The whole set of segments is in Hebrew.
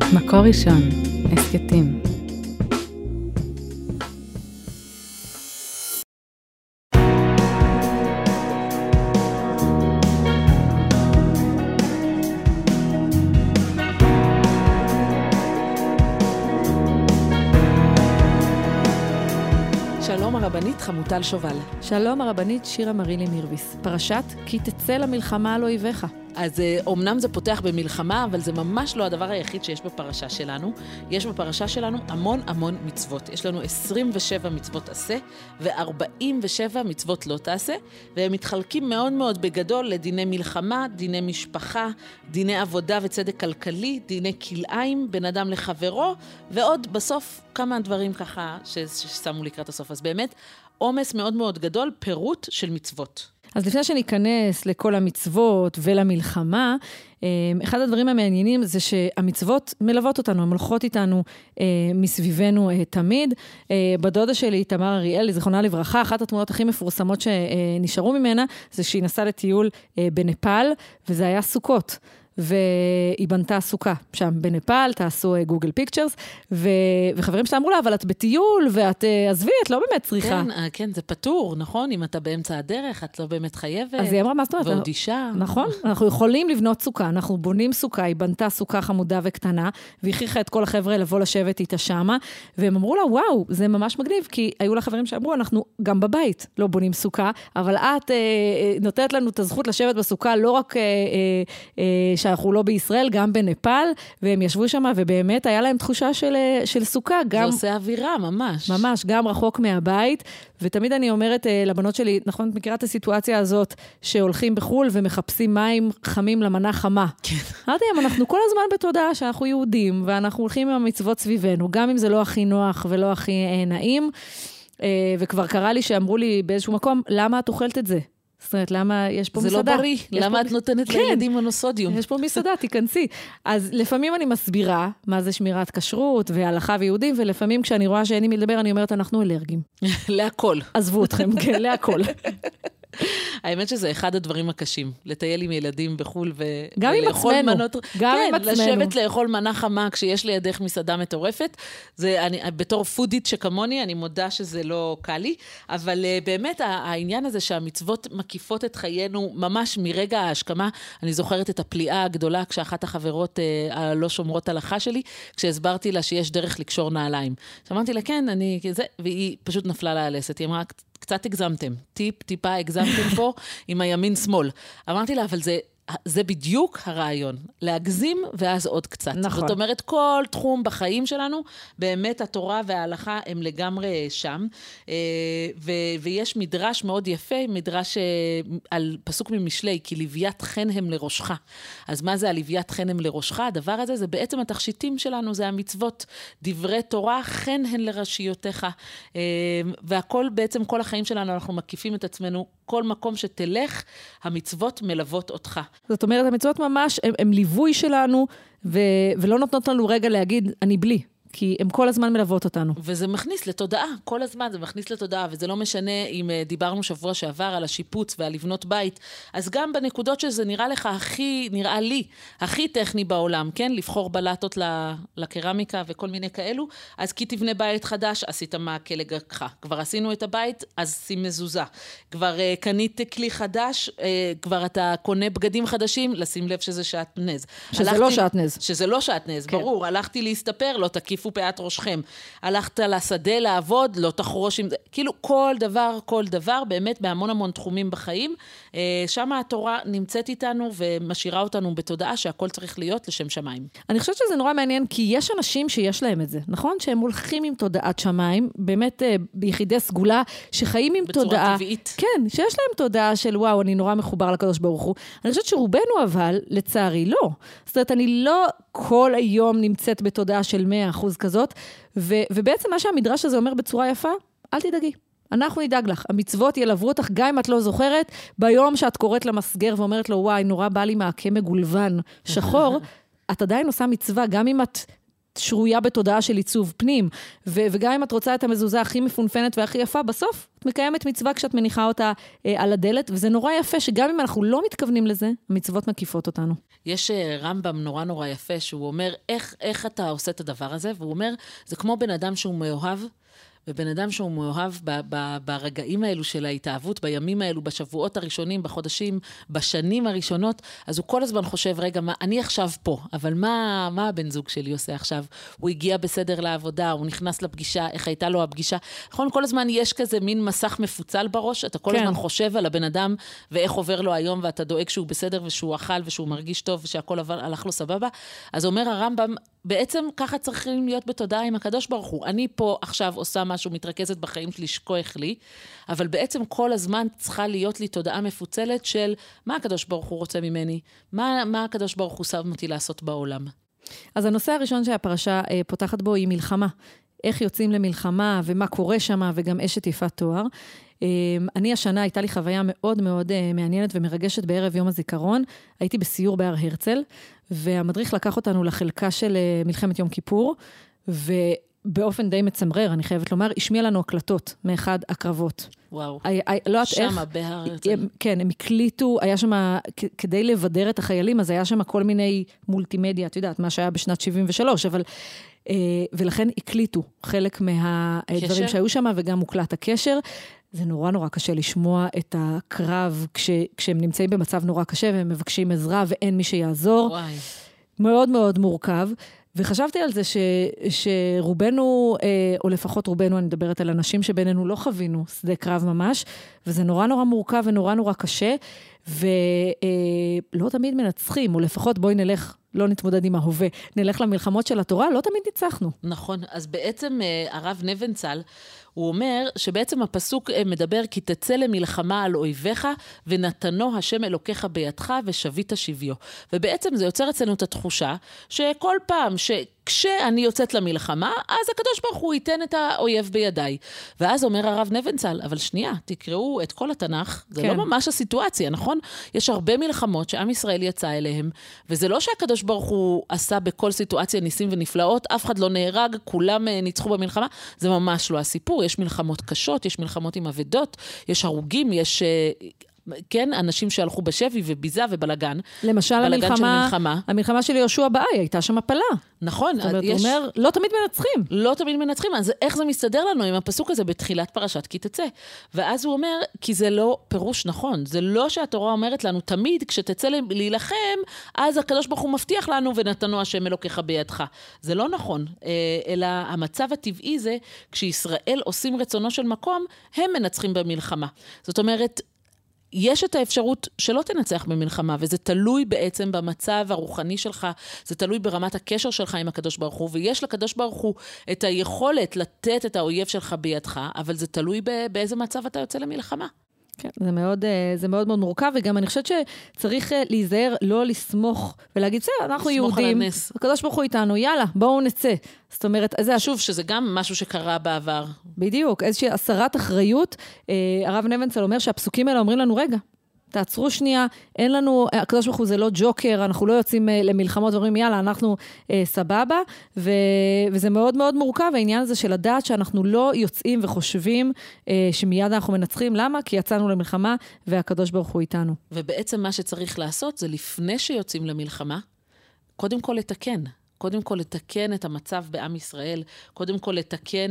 מקור ראשון, הסקטים. שלום הרבנית חמוטל שובל. שלום הרבנית שירה מרילי מירביס. פרשת כי תצא למלחמה על אויביך. אז אומנם זה פותח במלחמה, אבל זה ממש לא הדבר היחיד שיש בפרשה שלנו. יש בפרשה שלנו המון המון מצוות. יש לנו 27 מצוות עשה, ו47 מצוות לא תעשה, והם מתחלקים מאוד מאוד בגדול לדיני מלחמה, דיני משפחה, דיני עבודה וצדק כלכלי, דיני כלאיים, בין אדם לחברו, ועוד בסוף כמה דברים ככה ששמו לקראת הסוף. אז באמת, עומס מאוד מאוד גדול, פירוט של מצוות. אז לפני שניכנס לכל המצוות ולמלחמה, אחד הדברים המעניינים זה שהמצוות מלוות אותנו, הן הולכות איתנו מסביבנו תמיד. בדודה שלי, תמר אריאל, זכרונה לברכה, אחת התמונות הכי מפורסמות שנשארו ממנה, זה שהיא נסעה לטיול בנפאל, וזה היה סוכות. והיא בנתה סוכה שם בנפאל, תעשו גוגל פיקצ'רס, וחברים שלה אמרו לה, אבל את בטיול, ואת עזבי, את לא באמת צריכה. כן, זה פתור, נכון? אם אתה באמצע הדרך, את לא באמת חייבת. אז היא אמרה, מה זאת אומרת? ועוד אישה. נכון, אנחנו יכולים לבנות סוכה, אנחנו בונים סוכה, היא בנתה סוכה חמודה וקטנה, והכריחה את כל החבר'ה לבוא לשבת איתה שמה, והם אמרו לה, וואו, זה ממש מגניב, כי היו לה חברים שאמרו, אנחנו גם בבית לא בונים סוכה, אבל את נותנת לנו את הזכות לשבת בסוכה, לא רק שאנחנו לא בישראל, גם בנפאל, והם ישבו שם, ובאמת היה להם תחושה של סוכה. זה עושה אווירה, ממש. ממש, גם רחוק מהבית, ותמיד אני אומרת לבנות שלי, נכון, את מכירה את הסיטואציה הזאת, שהולכים בחול ומחפשים מים חמים למנה חמה. כן. אמרתי להם, אנחנו כל הזמן בתודעה שאנחנו יהודים, ואנחנו הולכים עם המצוות סביבנו, גם אם זה לא הכי נוח ולא הכי נעים, וכבר קרה לי שאמרו לי באיזשהו מקום, למה את אוכלת את זה? זאת אומרת, למה יש פה מסעדה? זה לא בריא, למה את נותנת לילדים מונוסודיום? יש פה מסעדה, תיכנסי. אז לפעמים אני מסבירה מה זה שמירת כשרות והלכה ויהודים, ולפעמים כשאני רואה שאין לי מי לדבר, אני אומרת, אנחנו אלרגיים. להכל. עזבו אתכם, כן, להכל. האמת שזה אחד הדברים הקשים, לטייל עם ילדים בחול גם עם עצמנו. גם עם עצמנו. לשבת לאכול מנה חמה כשיש לידך מסעדה מטורפת. בתור פודית שכמוני, אני מודה שזה לא קל לי, אבל באמת העניין הזה שהמצוות מקיפות את חיינו ממש מרגע ההשכמה, אני זוכרת את הפליאה הגדולה כשאחת החברות הלא שומרות הלכה שלי, כשהסברתי לה שיש דרך לקשור נעליים. אמרתי לה, כן, והיא פשוט נפלה לה הלסת. היא אמרה, קצת הגזמתם, טיפה הגזמתם פה עם הימין שמאל. אמרתי לה, אבל זה בדיוק הרעיון, להגזים ואז עוד קצת. נכון. זאת אומרת, כל תחום בחיים שלנו, באמת התורה וההלכה הם לגמרי שם, ויש מדרש מאוד יפה, מדרש על פסוק ממשלי, כי לוויית חן הם לראשך. אז מה זה הלוויית חן הם לראשך? הדבר הזה זה בעצם התכשיטים שלנו, זה המצוות, דברי תורה, חן הן לראשיותיך, והכל בעצם, כל החיים שלנו, אנחנו מקיפים את עצמנו, כל מקום שתלך, המצוות מלוות אותך. זאת אומרת, המצוות ממש, הם ליווי שלנו, ולא נותנות לנו רגע להגיד, אני בלי. כי הם כל הזמן מלוות אותנו. וזה מכניס לתודעה, כל הזמן זה מכניס לתודעה, וזה לא משנה אם דיברנו שבוע שעבר על השיפוץ ועל לבנות בית, אז גם בנקודות שזה נראה לך נראה לי, הכי טכני בעולם, כן? לבחור בלטות לקרמיקה וכל מיני כאלו, אז כי תבנה בית חדש, עשית מעקה לגגך. כבר עשינו את הבית, אז שים מזוזה. כבר קנית כלי חדש, כבר אתה קונה בגדים חדשים, לשים לב שזה שעטנז. שזה לא שעטנז. שזה לא שעטנז, ברור. הלכתי להסתפר, לא תקיפו פאת ראשכם. הלכת לשדה לעבוד, לא תחרוש עם זה. כאילו כל דבר, באמת בהמון המון תחומים בחיים, שם התורה נמצאת איתנו ומשאירה אותנו בתודעה שהכל צריך להיות לשם שמיים. אני חושבת שזה נורא מעניין, כי יש אנשים שיש להם את זה, נכון? שהם הולכים עם תודעת שמיים, באמת ביחידי סגולה, שחיים עם תודעה. בצורה טבעית. כן, שיש להם תודעה של וואו, אני נורא מחובר לקדוש ברוך הוא. אני חושבת שרובנו אבל, לצערי, לא. זאת אומרת, אני לא כל היום נמצאת בתודעה של 100% כזאת, ובעצם מה שהמדרש הזה אומר בצורה יפה, אל תדאגי. אנחנו נדאג לך, המצוות ילוו אותך, גם אם את לא זוכרת, ביום שאת קוראת למסגר ואומרת לו, וואי, נורא בא לי מעקה מגולבן, שחור, את עדיין עושה מצווה, גם אם את שרויה בתודעה של עיצוב פנים, וגם אם את רוצה את המזוזה הכי מפונפנת והכי יפה, בסוף את מקיימת מצווה כשאת מניחה אותה על הדלת, וזה נורא יפה שגם אם אנחנו לא מתכוונים לזה, המצוות מקיפות אותנו. יש רמב"ם נורא נורא יפה, שהוא אומר, איך אתה עושה את הדבר הזה? והוא אומר, זה כמו בן אדם שהוא מאוהב, ובן אדם שהוא מאוהב ברגעים האלו של ההתאהבות, בימים האלו, בשבועות הראשונים, בחודשים, בשנים הראשונות, אז הוא כל הזמן חושב, רגע, אני עכשיו פה, אבל מה הבן זוג שלי עושה עכשיו? הוא הגיע בסדר לעבודה, הוא נכנס לפגישה, איך הייתה לו הפגישה? נכון, כל הזמן יש כזה מין מסך מפוצל בראש, אתה כל הזמן חושב על הבן אדם, ואיך עובר לו היום, ואתה דואג שהוא בסדר, ושהוא אכל, ושהוא מרגיש טוב, ושהכל הלך לו סבבה. אז אומר הרמב"ם, בעצם ככה צריכים להיות בתודעה עם הקדוש ברוך הוא. אני פה עכשיו עושה משהו, מתרכזת בחיים שלי, שכוח לי, אבל בעצם כל הזמן צריכה להיות לי תודעה מפוצלת של מה הקדוש ברוך הוא רוצה ממני, מה הקדוש ברוך הוא שם אותי לעשות בעולם. אז הנושא הראשון שהפרשה פותחת בו היא מלחמה. איך יוצאים למלחמה ומה קורה שם, וגם אשת יפת תואר. אני השנה הייתה לי חוויה מאוד מאוד מעניינת ומרגשת בערב יום הזיכרון. הייתי בסיור בהר הרצל, והמדריך לקח אותנו לחלקה של מלחמת יום כיפור, ובאופן די מצמרר, אני חייבת לומר, השמיע לנו הקלטות מאחד הקרבות. וואו, לא שמה בהר הרצל. כן, הם הקליטו, היה שם, כדי לבדר את החיילים, אז היה שם כל מיני מולטימדיה, את יודעת, מה שהיה בשנת 73, אבל... ולכן הקליטו חלק מהדברים שהיו שם, וגם מוקלט הקשר. זה נורא נורא קשה לשמוע את הקרב, כשהם נמצאים במצב נורא קשה, והם מבקשים עזרה, ואין מי שיעזור. וואי. מאוד מאוד מורכב. וחשבתי על זה שרובנו, או לפחות רובנו, אני מדברת על אנשים שבינינו לא חווינו שדה קרב ממש, וזה נורא נורא מורכב ונורא נורא קשה, ולא תמיד מנצחים, או לפחות בואי נלך, לא נתמודד עם ההווה, נלך למלחמות של התורה, לא תמיד ניצחנו. נכון, אז בעצם הרב נבנצל, הוא אומר שבעצם הפסוק מדבר, כי תצא למלחמה על אויביך, ונתנו השם אלוקיך בידך, ושבית שביו. ובעצם זה יוצר אצלנו את התחושה, שכל פעם כשאני יוצאת למלחמה, אז הקדוש ברוך הוא ייתן את האויב בידיי. ואז אומר הרב נבנצל, אבל שנייה, תקראו את כל התנ"ך, זה לא ממש הסיטואציה, נכון? יש הרבה מלחמות שעם ישראל יצא אליהם, וזה לא שהקדוש ברוך הוא עשה בכל סיטואציה ניסים ונפלאות, אף אחד לא נהרג, כולם ניצחו במלחמה, זה ממש לא הסיפור. יש מלחמות קשות, יש מלחמות עם אבדות, יש הרוגים, יש... כן, אנשים שהלכו בשבי וביזה ובלגן. למשל, המלחמה של יהושע באי, הייתה שם הפלה. נכון. זאת אומרת, הוא אומר, לא תמיד מנצחים. לא תמיד מנצחים, אז איך זה מסתדר לנו עם הפסוק הזה בתחילת פרשת כי תצא? ואז הוא אומר, כי זה לא פירוש נכון. זה לא שהתורה אומרת לנו, תמיד כשתצא להילחם, אז הקדוש ברוך הוא מבטיח לנו, ונתנו השם אלוקיך בידך. זה לא נכון, אלא המצב הטבעי זה, כשישראל עושים רצונו של מקום, הם מנצחים במלחמה. זאת אומרת, יש את האפשרות שלא תנצח במלחמה, וזה תלוי בעצם במצב הרוחני שלך, זה תלוי ברמת הקשר שלך עם הקדוש ברוך הוא, ויש לקדוש ברוך הוא את היכולת לתת את האויב שלך בידך, אבל זה תלוי באיזה מצב אתה יוצא למלחמה. כן, זה מאוד מאוד מורכב, וגם אני חושבת שצריך להיזהר, לא לסמוך ולהגיד, אנחנו יהודים, הקדוש ברוך הוא איתנו, יאללה, בואו נצא. זאת אומרת, שוב, שזה גם משהו שקרה בעבר. בדיוק, איזושהי הסרת אחריות. הרב נבנצל אומר שהפסוקים האלה אומרים לנו, רגע, תעצרו שנייה, אין לנו, הקדוש ברוך הוא זה לא ג'וקר, אנחנו לא יוצאים למלחמות ואומרים, יאללה, אנחנו סבבה, וזה מאוד מאוד מורכב, העניין הזה של לדעת שאנחנו לא יוצאים וחושבים שמיד אנחנו מנצחים. למה? כי יצאנו למלחמה והקדוש ברוך הוא איתנו. ובעצם מה שצריך לעשות זה לפני שיוצאים למלחמה, קודם כל לתקן. קודם כל לתקן את המצב בעם ישראל, קודם כל לתקן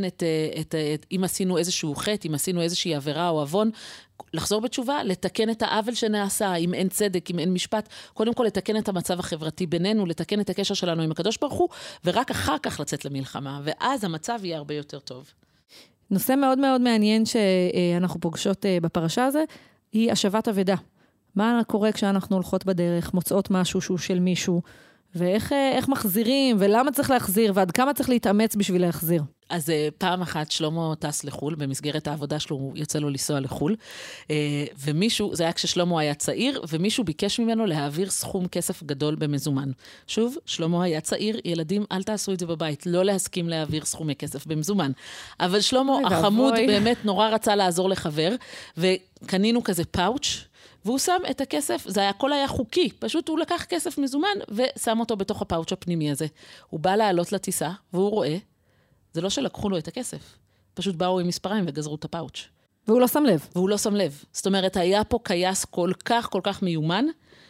אם עשינו איזשהו חטא, אם עשינו איזושהי עבירה או עוון, לחזור בתשובה, לתקן את העוול שנעשה, אם אין צדק, אם אין משפט, קודם כל לתקן את המצב החברתי בינינו, לתקן את הקשר שלנו עם הקדוש ברוך הוא, ורק אחר כך לצאת למלחמה, ואז המצב יהיה הרבה יותר טוב. נושא מאוד מאוד מעניין שאנחנו פוגשות בפרשה הזה, היא השבת אבדה. מה קורה כשאנחנו הולכות בדרך, מוצאות משהו שהוא של מישהו, ואיך מחזירים, ולמה צריך להחזיר, ועד כמה צריך להתאמץ בשביל להחזיר. אז פעם אחת שלמה טס לחול, במסגרת העבודה שלו הוא יצא לו לנסוע לחול, ומישהו, זה היה כששלמה היה צעיר, ומישהו ביקש ממנו להעביר סכום כסף גדול במזומן. שוב, שלמה היה צעיר, ילדים, אל תעשו את זה בבית, לא להסכים להעביר סכומי כסף במזומן. אבל שלמה החמוד באמת נורא רצה לעזור לחבר, וקנינו כזה פאוץ', והוא שם את הכסף, הכל היה חוקי, פשוט הוא לקח כסף מזומן ושם אותו בתוך הפאוץ' הפנימי הזה. הוא בא לעלות לטיסה, והוא רואה, זה לא שלקחו לו את הכסף, פשוט באו עם מספריים וגזרו את הפאוץ'. והוא לא שם לב. והוא לא שם לב. זאת אומרת, היה פה קייס כל כך מיומן,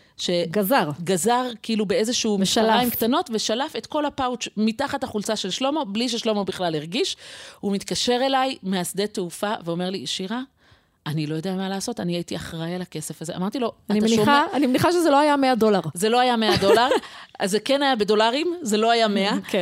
גזר כאילו באיזשהו מספריים קטנות, ושלף את כל הפאוץ' מתחת החולצה של שלמה, בלי ששלמה בכלל הרגיש. הוא מתקשר אליי מהשדה תעופה, ואומר לי, שירה, אני לא יודע מה לעשות, אני הייתי אחראי על הכסף הזה. אמרתי לו, אני מניחה שזה לא היה $100. זה לא היה $100, אז זה כן היה בדולרים, זה לא היה 100. כן.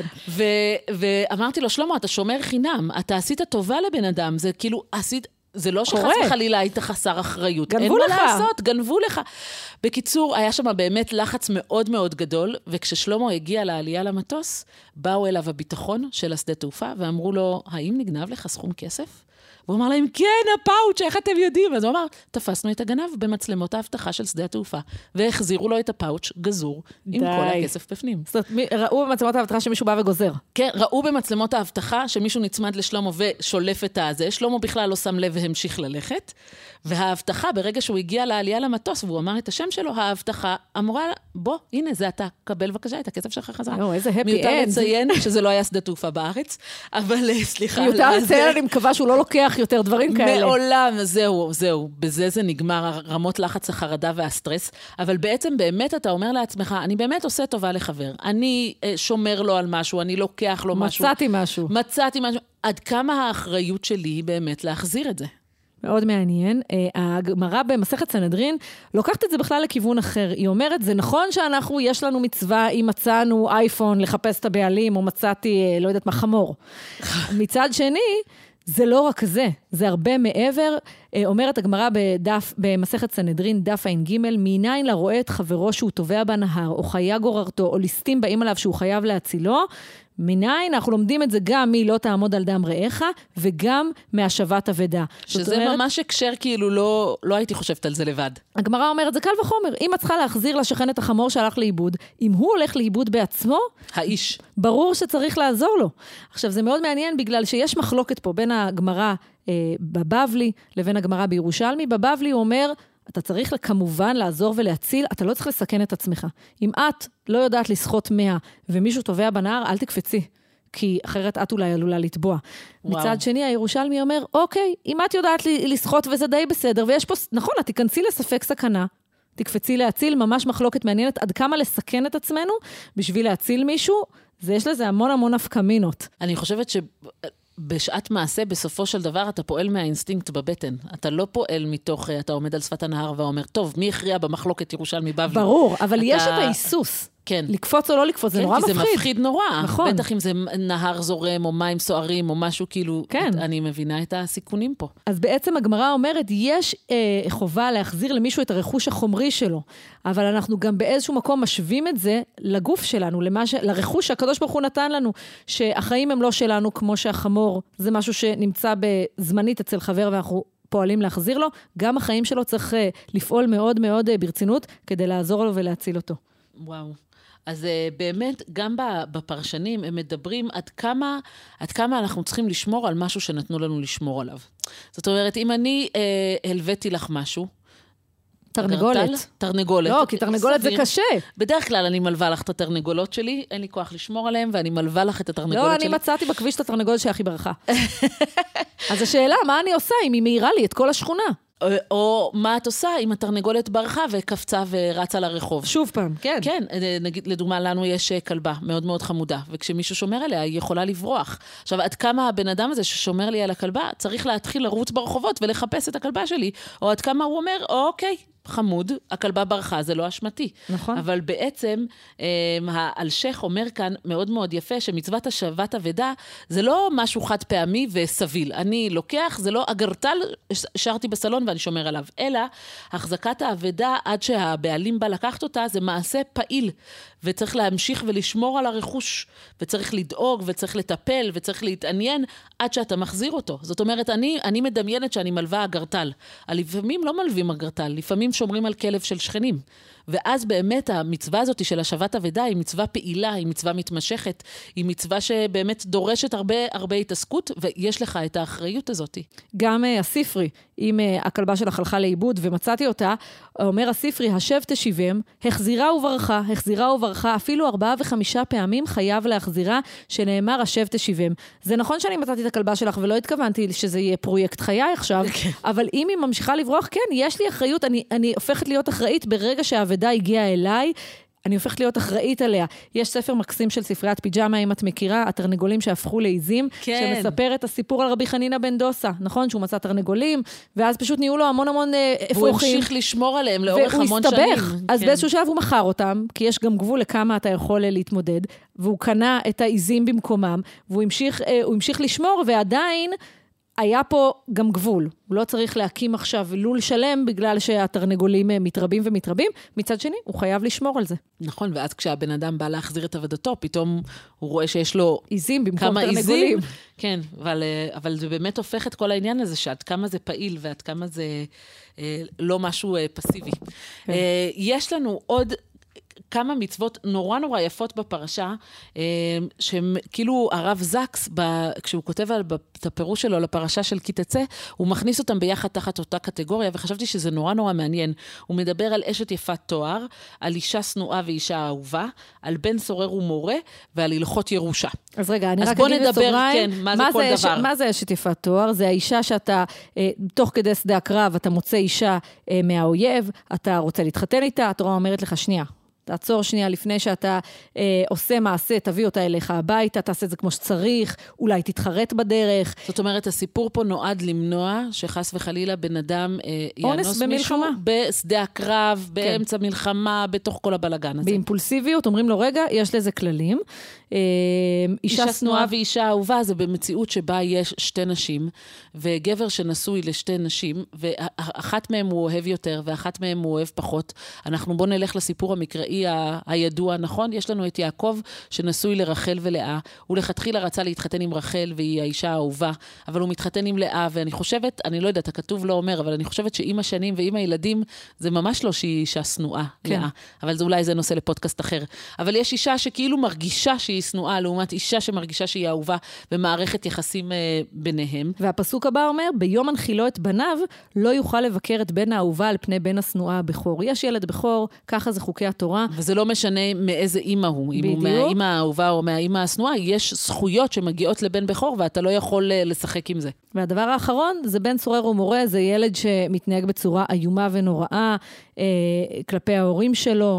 ואמרתי לו, שלמה, אתה שומר חינם, אתה עשית טובה לבן אדם, זה כאילו, זה לא שחס וחלילה היית חסר אחריות. גנבו לך. אין מה לעשות, גנבו לך. בקיצור, היה שם באמת לחץ מאוד מאוד גדול, וכששלמה הגיע לעלייה למטוס, באו אליו הביטחון של השדה תעופה, ואמרו לו, האם נגנב לך סכום כסף? והוא אמר להם, כן, הפאוץ', איך אתם יודעים? אז הוא אמר, תפסנו את הגנב במצלמות ההבטחה של שדה התעופה, והחזירו לו את הפאוץ' גזור עם כל הכסף בפנים. זאת אומרת, ראו במצלמות ההבטחה שמישהו בא וגוזר. כן, ראו במצלמות ההבטחה שמישהו נצמד לשלמה ושולף את הזה. שלמה בכלל לא שם לב והמשיך ללכת. וההבטחה, ברגע שהוא הגיע לעלייה למטוס, והוא אמר את השם שלו, ההבטחה אמרה, בוא, הנה, זה אתה, קבל בבקשה את הכסף שלך חזרה. איזה happy end. מיותר לציין שזה לא היה שדה תעופה בארץ, אבל סליחה. מיותר לציין, אני מקווה שהוא לא לוקח יותר דברים כאלה. מעולם, זהו. בזה זה נגמר, רמות לחץ החרדה והסטרס, אבל בעצם באמת אתה אומר לעצמך, אני באמת עושה טובה לחבר, אני שומר לו על משהו, אני לוקח לו משהו. מצאתי משהו. עד כמה האחריות שלי היא באמת להחזיר את זה? מאוד מעניין. הגמרא במסכת סנהדרין לוקחת את זה בכלל לכיוון אחר. היא אומרת, זה נכון שאנחנו, יש לנו מצווה, אם מצאנו אייפון לחפש את הבעלים, או מצאתי, לא יודעת מה, חמור. מצד שני, זה לא רק זה, זה הרבה מעבר. אומרת הגמרא במסכת סנהדרין, דף ע"ג, מניין לרואה את חברו שהוא טובע בנהר, או חיה גוררתו, או ליסטים באים עליו שהוא חייב להצילו, מניין, אנחנו לומדים את זה גם מי לא תעמוד על דם רעך, וגם מהשבת אבדה. שזה ממש הקשר, כאילו לא הייתי חושבת על זה לבד. הגמרא אומרת, זה קל וחומר, אם את צריכה להחזיר לשכן את החמור שהלך לאיבוד, אם הוא הולך לאיבוד בעצמו, האיש. ברור שצריך לעזור לו. עכשיו, זה מאוד מעניין, בגלל שיש מחלוקת פה בין הגמרא בבבלי, לבין הגמרא בירושלמי. בבבלי הוא אומר, אתה צריך כמובן לעזור ולהציל, אתה לא צריך לסכן את עצמך. אם את לא יודעת לשחות 100, ומישהו טובע בנהר, אל תקפצי, כי אחרת את אולי עלולה לטבוע. מצד שני, הירושלמי אומר, אוקיי, אם את יודעת לשחות וזה די בסדר, ויש פה, נכון, את תיכנסי לספק סכנה, תקפצי להציל, ממש מחלוקת מעניינת, עד כמה לסכן את עצמנו, בשביל להציל מישהו, יש לזה המון נפקמינות. אני חושבת בשעת מעשה, בסופו של דבר, אתה פועל מהאינסטינקט בבטן. אתה לא פועל מתוך, אתה עומד על שפת הנהר ואומר, טוב, מי הכריע במחלוקת ירושלמי בבלי? ברור, אבל יש את ההיסוס. כן. לקפוץ או לא לקפוץ, זה נורא מפחיד. כי זה מפחיד נורא. נכון. בטח אם זה נהר זורם, או מים סוערים, או משהו כאילו, כן. אני מבינה את הסיכונים פה. אז בעצם הגמרא אומרת, יש חובה להחזיר למישהו את הרכוש החומרי שלו, אבל אנחנו גם באיזשהו מקום משווים את זה לגוף שלנו, לרכוש שהקדוש ברוך הוא נתן לנו, שהחיים הם לא שלנו, כמו שהחמור, זה משהו שנמצא בזמנית אצל חבר, ואנחנו פועלים להחזיר לו, גם החיים שלו צריך לפעול מאוד מאוד ברצינות, כדי לעזור לו ולהציל אותו. וואו. אז באמת, גם בפרשנים, הם מדברים עד כמה אנחנו צריכים לשמור על משהו שנתנו לנו לשמור עליו. זאת אומרת, אם אני הלוויתי לך משהו, תרנגולת. לא, כי תרנגולת זה קשה. בדרך כלל אני מלווה לך את התרנגולות שלי, אין לי כוח לשמור עליהן, ואני מלווה לך את התרנגולת שלי. לא, אני מצאתי בכביש את התרנגולת שהכי ברכה. אז השאלה, מה אני עושה אם היא מהירה לי את כל השכונה? או מה את עושה אם התרנגולת ברחה וקפצה ורצה לרחוב. שוב פעם, כן. כן, נגיד, לדוגמה, לנו יש כלבה מאוד מאוד חמודה, וכשמישהו שומר עליה, היא יכולה לברוח. עכשיו, עד כמה הבן אדם הזה ששומר לי על הכלבה, צריך להתחיל לרוץ ברחובות ולחפש את הכלבה שלי, או עד כמה הוא אומר, אוקיי, חמוד, הכלבה ברחה, זה לא אשמתי. נכון. אבל בעצם, האלשך אומר כאן מאוד מאוד יפה, שמצוות השבת אבדה, זה לא משהו חד פעמי וסביל. אני לוקח, זה לא אגרטל, שרתי בסלון ואני שומר עליו. אלא, החזקת האבדה, עד שהבעלים בא לקחת אותה, זה מעשה פעיל. וצריך להמשיך ולשמור על הרכוש, וצריך לדאוג, וצריך לטפל, וצריך להתעניין, עד שאתה מחזיר אותו. זאת אומרת, אני מדמיינת שאני מלווה אגרטל. לפעמים לא מלווים אגרטל, לפעמים שומרים על כלב של שכנים. ואז באמת המצווה הזאת של השבת אבדה היא מצווה פעילה, היא מצווה מתמשכת, היא מצווה שבאמת דורשת הרבה התעסקות, ויש לך את האחריות הזאת. גם הספרי, אם הכלבה שלך הלכה לאיבוד ומצאתי אותה, אומר הספרי, השב תשיבם, החזירה וברכה, אפילו 4 ו5 פעמים חייב להחזירה, שנאמר השב תשיבם. זה נכון שאני מצאתי את הכלבה שלך, ולא התכוונתי שזה יהיה פרויקט חיי עכשיו, אבל אם היא ממשיכה לברוח, כן, יש לי אחריות, אני הופכת להיות אחראית ברגע שהאבדה הגיעה אליי, אני הופכת להיות אחראית עליה. יש ספר מקסים של ספריית פיג'מה, אם את מכירה, התרנגולים שהפכו לעיזים, כן. שמספר את הסיפור על רבי חנינא בן דוסה, נכון? שהוא מצא תרנגולים, ואז פשוט נהיו לו המון אפרוחים. והוא המשיך לשמור עליהם לאורך המון שנים. והוא הסתבך. אז כן. באיזשהו שלב הוא מכר אותם, כי יש גם גבול לכמה אתה יכול להתמודד, והוא קנה את העיזים במקומם, והוא המשיך לשמור, ועדיין היה פה גם גבול. הוא לא צריך להקים עכשיו לול שלם בגלל שהתרנגולים מתרבים ומתרבים. מצד שני, הוא חייב לשמור על זה. נכון, ואז כשהבן אדם בא להחזיר את עבודתו, פתאום הוא רואה שיש לו עיזים במקום תרנגולים. כן, אבל זה באמת הופך את כל העניין הזה, שעד כמה זה פעיל ועד כמה זה לא משהו פסיבי. כן. יש לנו עוד כמה מצוות נורא יפות בפרשה, שהם כאילו הרב זקס, כשהוא כותב את הפירוש שלו לפרשה של כי תצא, הוא מכניס אותם ביחד תחת אותה קטגוריה, וחשבתי שזה נורא מעניין. הוא מדבר על אשת יפת תואר, על אישה שנואה ואישה אהובה, על בן סורר ומורה, ועל הלכות ירושה. אז רגע, אני רק אגיד בסוגריים, כן, מה זה כל דבר? מה זה אשת יפת תואר? זה האישה שאתה, תוך כדי שדה הקרב, אתה מוצא אישה מהאויב, אתה רוצה להתחתן איתה, התורה אומרת לך שנייה. תעצור שנייה לפני שאתה עושה מעשה, תביא אותה אליך הביתה, תעשה את זה כמו שצריך, אולי תתחרט בדרך. זאת אומרת, הסיפור פה נועד למנוע שחס וחלילה בן אדם יאנוס מישהו בשדה הקרב, באמצע מלחמה, בתוך כל הבלגן הזה. באימפולסיביות, אומרים לו, רגע, יש לזה כללים. אישה שנואה ואישה אהובה, זה במציאות שבה יש 2 נשים, וגבר שנשוי ל2 נשים, ואחת מהם הוא אוהב יותר, ואחת מהם הוא אוהב פחות. אנחנו בוא נלך לסיפור המקראי הידוע, נכון? יש לנו את יעקב שנשוי לרחל ולאה, הוא לכתחילה רצה להתחתן עם רחל, והיא האישה האהובה, אבל הוא מתחתן עם לאה, ואני חושבת, אני לא יודעת, הכתוב לא אומר, אבל אני חושבת שעם השנים ועם הילדים, זה ממש לא שהיא אישה שנואה, כן. לאה, אבל זה אולי זה נושא לפודקאסט אחר. אבל יש אישה שכאילו מרגישה שהיא שנואה, לעומת אישה שמרגישה שהיא אהובה, במערכת יחסים ביניהם. והפסוק הבא אומר, ביום הנחילו את בניו, לא יוכל לבקר את בן האהובה על פני בן השנואה הבכור. יש ילד בכור, ככה זה חוקי התורה. וזה לא משנה מאיזה אמא הוא. אם הוא מהאמא האהובה או מהאמא השנואה, יש זכויות שמגיעות לבן בכור, ואתה לא יכול לשחק עם זה. והדבר האחרון, זה בן סורר ומורה, זה ילד שמתנהג בצורה איומה ונוראה, כלפי ההורים שלו,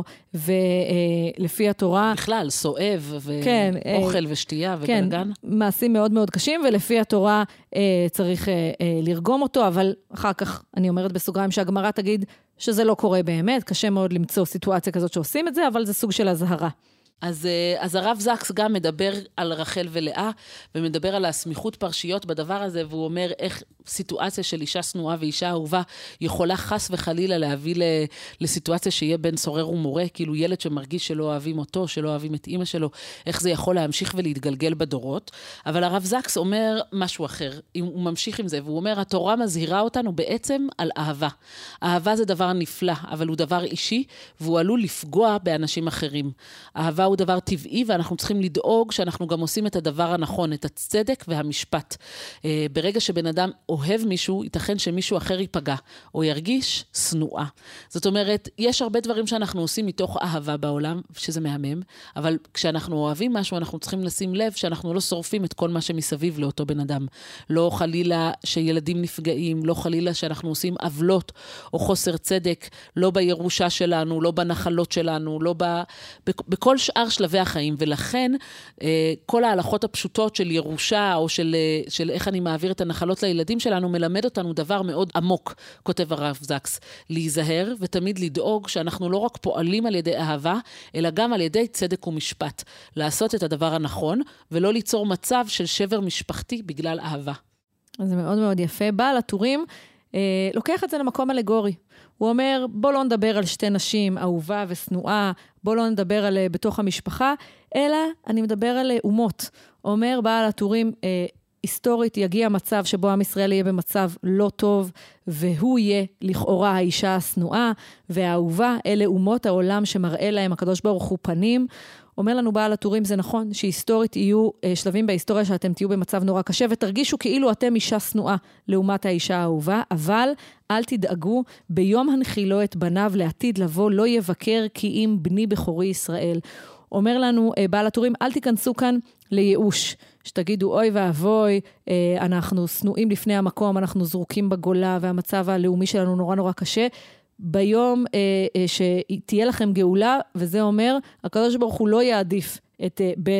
ולפי התורה... בכלל, סואב, ואוכל ושתייה ובלגן. כן, מעשים מאוד מאוד קשים, ולפי התורה צריך לרגום אותו, אבל אחר כך אני אומרת בסוגריים שהגמרא תגיד שזה לא קורה באמת, קשה מאוד למצוא סיטואציה כזאת שעושים את זה, אבל זה סוג של הזהרה. אז הרב זקס גם מדבר על רחל ולאה, ומדבר על הסמיכות פרשיות בדבר הזה, והוא אומר איך סיטואציה של אישה שנואה ואישה אהובה, יכולה חס וחלילה להביא לסיטואציה שיהיה בן סורר ומורה, כאילו ילד שמרגיש שלא אוהבים אותו, שלא אוהבים את אמא שלו, איך זה יכול להמשיך ולהתגלגל בדורות. אבל הרב זקס אומר משהו אחר, הוא ממשיך עם זה, והוא אומר, התורה מזהירה אותנו בעצם על אהבה. אהבה זה דבר נפלא, אבל הוא דבר אישי, והוא עלול לפגוע באנשים אחרים. אהבה הוא דבר טבעי, ואנחנו צריכים לדאוג שאנחנו גם עושים את הדבר הנכון, את הצדק והמשפט. ברגע שבן אדם אוהב מישהו, ייתכן שמישהו אחר ייפגע, או ירגיש שנואה. זאת אומרת, יש הרבה דברים שאנחנו עושים מתוך אהבה בעולם, שזה מהמם, אבל כשאנחנו אוהבים משהו, אנחנו צריכים לשים לב שאנחנו לא שורפים את כל מה שמסביב לאותו בן אדם. לא חלילה שילדים נפגעים, לא חלילה שאנחנו עושים עוולות או חוסר צדק, לא בירושה שלנו, לא בנחלות שלנו, לא בכל שאר שלבי החיים, ולכן כל ההלכות הפשוטות של ירושה, או של איך אני מעביר את הנחלות לילדים שלנו, מלמד אותנו דבר מאוד עמוק, כותב הרב זקס, להיזהר ותמיד לדאוג שאנחנו לא רק פועלים על ידי אהבה, אלא גם על ידי צדק ומשפט, לעשות את הדבר הנכון, ולא ליצור מצב של שבר משפחתי בגלל אהבה. זה מאוד מאוד יפה. בעל הטורים לוקח את זה למקום אלגורי. הוא אומר, בוא לא נדבר על 2 נשים, אהובה ושנואה, בוא לא נדבר על בתוך המשפחה, אלא אני מדבר על אומות. אומר בעל הטורים, היסטורית יגיע מצב שבו עם ישראל יהיה במצב לא טוב, והוא יהיה לכאורה האישה השנואה והאהובה, אלה אומות העולם שמראה להם הקדוש ברוך הוא פנים. אומר לנו בעל הטורים, זה נכון שהיסטורית יהיו שלבים בהיסטוריה שאתם תהיו במצב נורא קשה, ותרגישו כאילו אתם אישה שנואה לעומת האישה האהובה, אבל אל תדאגו, ביום הנחילו את בניו לעתיד לבוא, לא יבקר כי אם בני בכורי ישראל. אומר לנו בעל הטורים, אל תיכנסו כאן לייאוש, שתגידו אוי ואבוי, אנחנו שנואים לפני המקום, אנחנו זרוקים בגולה, והמצב הלאומי שלנו נורא נורא קשה, ביום שתהיה לכם גאולה, וזה אומר, הקדוש ברוך הוא לא יעדיף את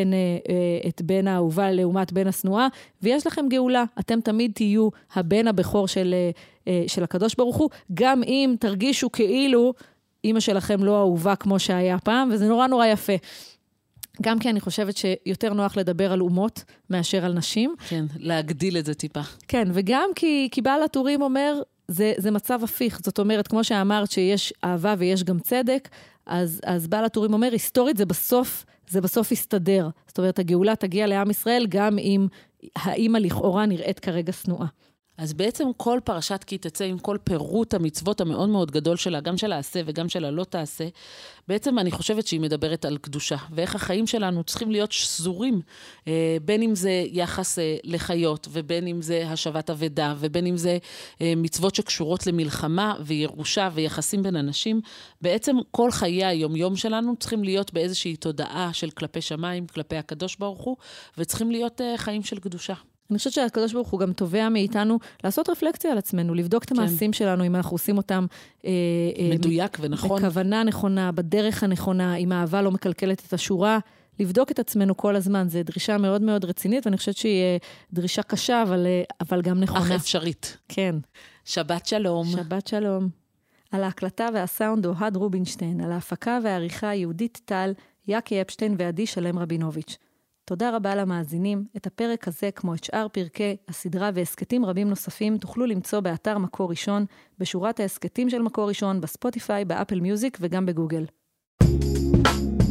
בן האהובה לעומת בן השנואה, ויש לכם גאולה, אתם תמיד תהיו הבן הבכור של הקדוש ברוך הוא, גם אם תרגישו כאילו אמא שלכם לא אהובה כמו שהיה פעם, וזה נורא נורא יפה. גם כי אני חושבת שיותר נוח לדבר על אומות מאשר על נשים. כן, להגדיל את זה טיפה. כן, וגם כי בעל הטורים אומר, זה מצב הפיך. זאת אומרת, כמו שאמרת שיש אהבה ויש גם צדק, אז בעל הטורים אומר, היסטורית זה בסוף יסתדר. זאת אומרת, הגאולה תגיע לעם ישראל, גם אם האמא לכאורה נראית כרגע שנואה. אז בעצם כל פרשת כי תצא עם כל פירוט המצוות המאוד מאוד גדול שלה, גם של העשה וגם של הלא תעשה, בעצם אני חושבת שהיא מדברת על קדושה, ואיך החיים שלנו צריכים להיות שזורים, בין אם זה יחס לחיות, ובין אם זה השבת אבדה, ובין אם זה מצוות שקשורות למלחמה וירושה ויחסים בין אנשים, בעצם כל חיי היום-יום שלנו צריכים להיות באיזושהי תודעה של כלפי שמיים, כלפי הקדוש ברוך הוא, וצריכים להיות חיים של קדושה. אני חושבת שהקדוש ברוך הוא גם תובע מאיתנו לעשות רפלקציה על עצמנו, לבדוק את המעשים שלנו, אם אנחנו עושים אותם מדויק ונכון. בכוונה נכונה, בדרך הנכונה, אם האהבה לא מקלקלת את השורה, לבדוק את עצמנו כל הזמן. זו דרישה מאוד מאוד רצינית, ואני חושבת שהיא דרישה קשה, אבל גם נכונה. אך אפשרית. כן. שבת שלום. שבת שלום. על ההקלטה והסאונד אוהד רובינשטיין, על ההפקה והעריכה יהודית טל, יקי אפשטיין ועדי שלם רבינוביץ'. תודה רבה למאזינים. את הפרק הזה, כמו את שאר פרקי הסדרה והסקטים רבים נוספים, תוכלו למצוא באתר מקור ראשון, בשורת ההסקטים של מקור ראשון, בספוטיפיי, באפל מיוזיק וגם בגוגל.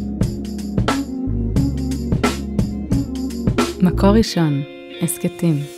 מקור ראשון, הסקטים.